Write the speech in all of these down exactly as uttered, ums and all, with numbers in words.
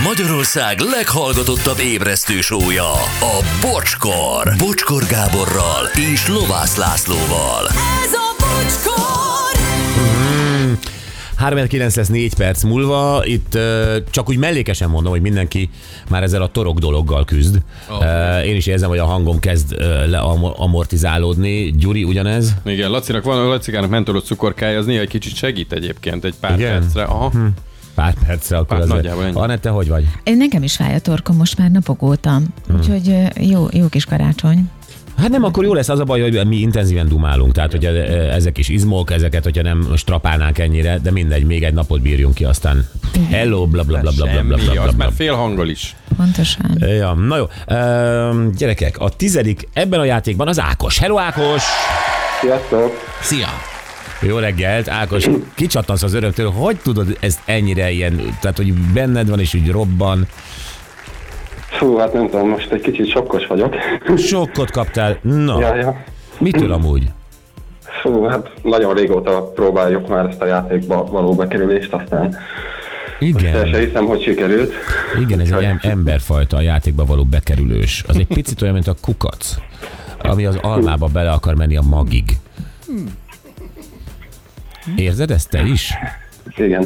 Magyarország leghallgatottabb ébresztő show-ja, a Bocskor. Bocskor Gáborral és Lovász Lászlóval. Ez a Bocskor! Mm, három kilenc lesz négy perc múlva. Itt uh, csak úgy mellékesen mondom, hogy mindenki már ezzel a torok dologgal küzd. Oh. Uh, én is érzem, hogy a hangom kezd uh, leamortizálódni. Gyuri, ugyanez? Igen, Lacinak van, Lacikának mentolos cukorkája, az néha egy kicsit segít egyébként, egy pár Igen? percre. Aha. Hm. Pár percre, akkor Pár, azért. Anette, hogy vagy? Nekem is fáj a torkom most már napok óta, hmm. úgyhogy jó, jó kis karácsony. Hát nem, akkor jó lesz, az a baj, hogy mi intenzíven dumálunk, tehát hogy ezek is izmok, ezeket, hogyha nem strapálnánk ennyire, de mindegy, még egy napot bírjunk ki, aztán hello, bla bla bla bla bla bla bla bla. Az már fél hanggal is. Pontosan. Ja, na jó, uh, gyerekek, a tizedik ebben a játékban az Ákos. Hello, Ákos! Sziasztok! Szia! Jó reggelt, Ákos, kicsattansz az örömtől, hogy tudod ezt ennyire ilyen, tehát hogy benned van és úgy robban? Fú, hát nem tudom, most egy kicsit sokkos vagyok. Sokkot kaptál? Na, ja, ja. Mitől amúgy? Fú, hát nagyon régóta próbáljuk már ezt a játékba való bekerülést, aztán igen. Most el se hiszem, hogy sikerült. Igen, ez egy emberfajta, a játékba való bekerülős. Az egy picit olyan, mint a kukac, ami az almába bele akar menni a magig. Érzed ezt te is? Igen.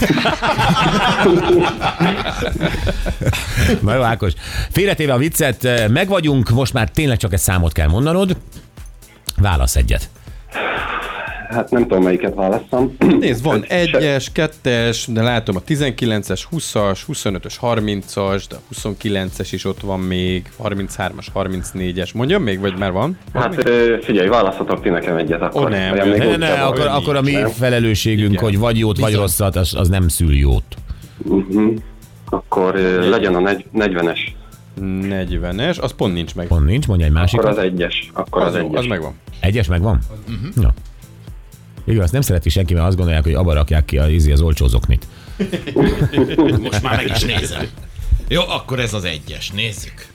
Na jó, Ákos. Félretéve a viccet, meg vagyunk, most már tényleg csak egy számot kell mondanod. Válasz egyet. Hát nem tudom, melyiket válasszam. Nézd, van egyes, kettes, de látom a tizenkilences, huszas, huszonötös, harmincas, de a huszonkilences is ott van még, harminchármas, harmincnégyes. Mondjam még, vagy már van? Hát figyelj, választhatok ti nekem egyet akkor. Ó, nem. Ne, ne, ne, akkor, akkor a mi nem? felelősségünk, igen, hogy vagy jót, vagy rosszat, az, az nem szül jót. Uh-huh. Akkor uh, legyen a negy- negyvenes. negyvenes, az pont nincs meg. Pont nincs, mondja egy másikat. Akkor az egyes. Akkor az, az, az egyes. Az megvan. Egyes megvan? Uh-huh. Ja. Igaz, nem szereti senki, mert azt gondolják, hogy abba rakják ki az, az olcsó zoknit. Most már meg is nézem. Jó, akkor ez az egyes. Nézzük.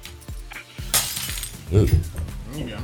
Igen.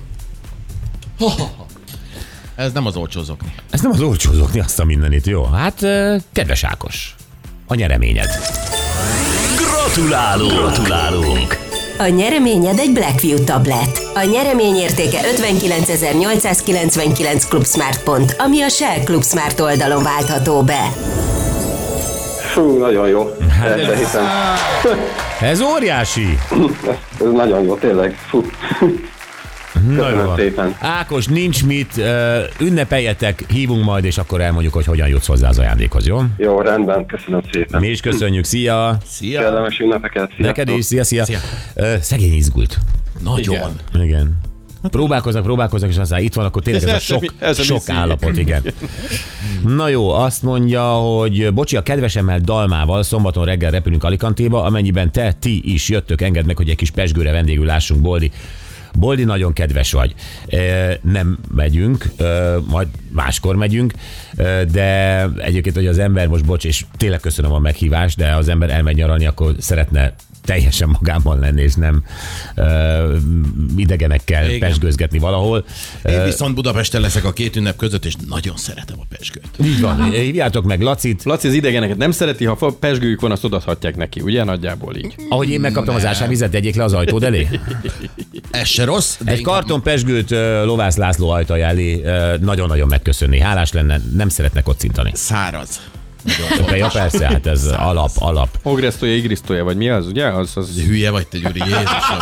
Ez nem az olcsó zokni. Ez nem az olcsó zokni, azt a mindenit. Jó, hát kedves Ákos, a nyereményed. Gratulálunk! Gratulálunk! A nyereményed egy Blackview tablet. A nyeremény értéke ötvenkilencezer-nyolcszázkilencvenkilenc Club Smart pont, ami a Shell Club Smart oldalon váltható be. Fú, nagyon jó. Hát El se hiszem. Ez óriási! Ez, ez nagyon jó, tényleg. Fú. Köszönöm szépen. Ákos, nincs mit, uh, ünnepeljetek, hívunk majd, és akkor elmondjuk, hogy hogyan jutsz hozzá az ajándékhoz, jó? Jó, rendben, köszönöm szépen. Mi is köszönjük, szia! Szia! Kellemes ünnepeket, sziasztok! Neked is, szia, szia! Szia. Uh, szegény izgult. Nagyon. Igen. Igen. Próbálkoznak, próbálkoznak, és aztán itt van, akkor tényleg ez, ez a sok, ez a sok állapot, igen. Na jó, azt mondja, hogy bocsi, a kedvesemmel Dalmával szombaton reggel repülünk Alicantéba, amennyiben te, ti is jöttök, engedd meg, hogy egy kis pezsgőre vendégül lássunk, Boldi. Boldi, nagyon kedves vagy. Nem megyünk, majd máskor megyünk, de egyébként, hogy az ember most, bocs, és tényleg köszönöm a meghívást, de az ember elmegy nyaralni, akkor szeretne teljesen magában lenni, és nem uh, idegenekkel igen. pezsgőzgetni valahol. Én viszont Budapesten leszek a két ünnep között, és nagyon szeretem a pezsgőt. Így van, hívjátok meg Lacit. Laci az idegeneket nem szereti, ha pezsgőjük van, azt odaadhatják neki, ugye? Nagyjából így. Ahogy én megkaptam nem. az ásványvizet, tegyék le az ajtód elé. Ez se rossz. Egy karton pezsgőt uh, Lovász László ajtaja elé uh, nagyon-nagyon megköszönni. Hálás lenne, nem szeretne kocintani. Száraz. Ja, persze, hát ez Száraz. alap, alap. Ogresztója, igrisztója, vagy mi az, ugye? Az, az... Hülye vagy te, Gyuri, Jézusom.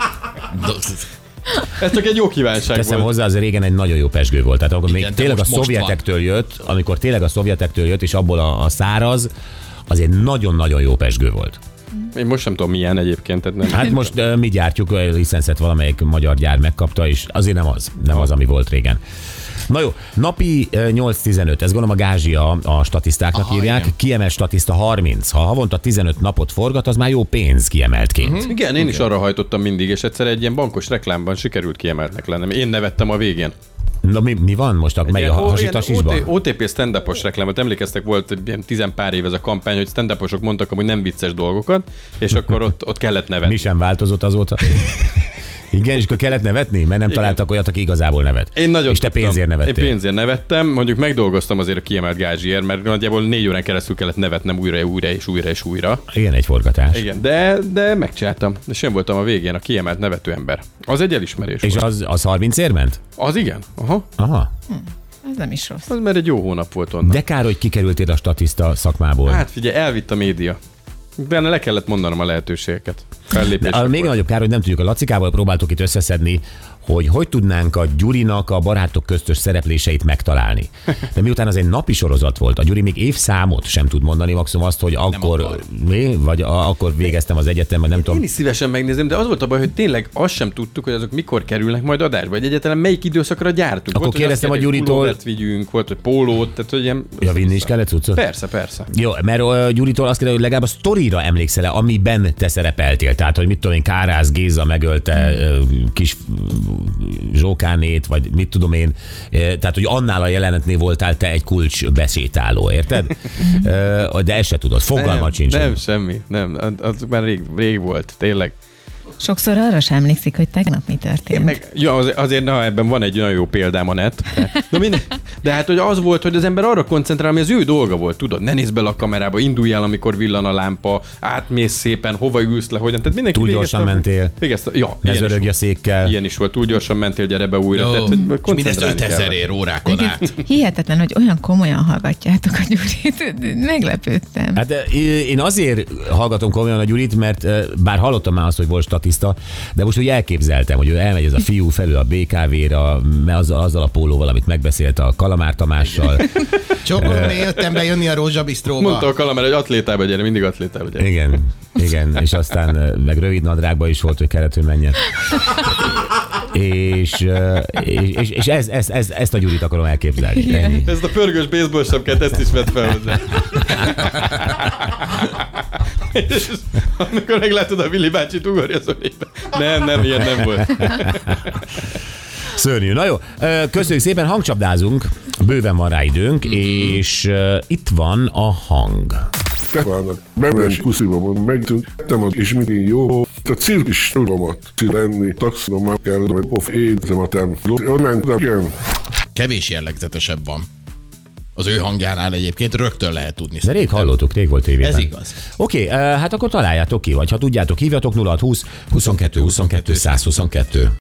Ez csak egy jó kívánság Teszem volt. hozzá, az régen egy nagyon jó pezsgő volt. Tehát akkor igen, még tényleg a szovjetektől van. jött, amikor tényleg a szovjetektől jött, és abból a, a száraz, az egy nagyon-nagyon jó pezsgő volt. Én most nem tudom milyen egyébként. Tehát nem. Hát most uh, mi gyártjuk, a licenszet valamelyik magyar gyár megkapta, és azért nem az, nem az, ami volt régen. Na jó, napi nyolc tizenöt, ez gondolom a gázsia a statisztáknak aha, írják, igen. Kiemelt statiszta harminc, ha havonta tizenöt napot forgat, az már jó pénz kiemeltként. Uh-huh. Igen, én igen. is arra hajtottam mindig, és egyszer egy ilyen bankos reklámban sikerült kiemeltnek lennem. Én nevettem a végén. Na mi, mi van most? A, mely a hasítasisban? o té pé stand-upos reklámot, emlékeztek, volt egy ilyen tizen pár év ez a kampány, hogy stand-uposok mondtak amúgy nem vicces dolgokat, és akkor ott, ott kellett nevetni. Mi sem változott azóta? Igen, és akkor kellett nevetni, mert nem Igen. találtak olyat, aki igazából nevet. Én nagyon és te tudtam. pénzért nevettél. Én pénzért nevettem, mondjuk megdolgoztam azért a kiemelt gázsiért, mert nagyjából négy órán keresztül kellett nevetnem újra, újra és újra és újra. Igen, egy forgatás. Igen, de, de megcsináltam. És én voltam a végén a kiemelt nevető ember. Az egy elismerés És volt. az, az harmincért ment? Az igen. Aha. Aha. Hm, ez nem is rossz. Az mert egy jó hónap volt onnan. De kár, hogy kikerültél a statiszta szakmából. Hát figyelj, elvitt a média. De le kellett mondanom a lehetőségeket. De a még nagyobb kár, hogy nem tudjuk, a Lacikával próbáltuk itt összeszedni, hogy hogy tudnánk a Gyurinak a barátok köztös szerepléseit megtalálni. De miután az egy napi sorozat volt, a Gyuri még évszámot sem tud mondani, maximum azt, hogy akkor mi, vagy a, akkor végeztem az egyetemben, nem Én tudom. Én is szívesen megnézem, de az volt a baj, hogy tényleg azt sem tudtuk, hogy azok mikor kerülnek majd adásba, vagy egyáltalán melyik időszakra gyártunk. Akkor volt, kérdeztem a Gyuritól. Pulóvert vigyünk, volt, hogy pólót, tehát hogy ilyen... Ja, vinni is kellett cuccot? Persze, persze. Jó, mert a Gyuritól azt kérdezik, hogy legalább a sztorira emlékszel-e, amiben te szerepeltél. Tehát, hogy mit tudom én, Kárász Géza megölte hmm. kis Zsókánét, vagy mit tudom én. Tehát, hogy annál a jelenetnél voltál te egy kulcs besétáló, érted? De ezt se tudod, fogalmat nem, sincs. Nem, semmi, nem, az már rég, rég volt, tényleg. Sokszor arra sem emlékszik, hogy tegnap mi történt. Meg, ja, az, azért na, ebben van egy nagyon jó példám a net. De, minden, de hát, hogy az volt, hogy az ember arra koncentrál, ami az ő dolga volt, tudod? Ne nézz bele a kamerába, induljál, amikor villan a lámpa, átmész szépen, hova ülsz le, hogyan. Tehát mindenki túl gyorsan végezte, mentél. Végezte, ja, ne zörögj a székkel. Ilyen is volt, túl gyorsan mentél, gyere be újra. Jó, Tehát, hogy mindezt ötezerért órákon át. Hihetetlen, hogy olyan komolyan hallgatjátok a Gyurit. Meglepődtem. Hát én azért hallgatom komolyan a Gyurit, mert bár hallottam már azt, hogy volt statiszta, de most úgy elképzeltem, hogy ő elmegy ez a fiú felül a bé ká vé-ra, azzal, azzal a pólóval, amit megbeszélt a Kalamár Tamással. Csokorban jöttem be jönni a Rózsabistróba. Mondta a Kalamár, hogy atlétába gyere, mindig atlétába gyere. Igen, igen, és aztán meg rövid nadrágban is volt, hogy kellett, hogy menjen. és, és, és, és ez, ez, ez, ezt a Gyurit akarom elképzelni. Ennyi. Ezt a pörgős baseball sapkát, ezt is vett fel hozzá. És amikor meglátod a Vili bácsit, ugorja Zoliba. Nem, nem, ilyen nem volt. Szörnyű. Na jó, köszönjük szépen, hangcsapdázunk, bőven van rá időnk, és itt van a hang. Megválnak, bemenni kusziba, megtűnt, és mindig jó. A cirkis tudomat lenni, taxinom már kell, hogy pof, érzem a tem. Onnan, igen. Kevés jellegzetesebb van. Az ő hangjánál egyébként rögtön lehet tudni. De rég hallottuk, rég volt tévében. Ez igaz. Oké, okay, hát akkor találjátok ki, vagy ha tudjátok, hívjatok nulla hat húsz huszonkettő huszonkettő száz huszonkettő.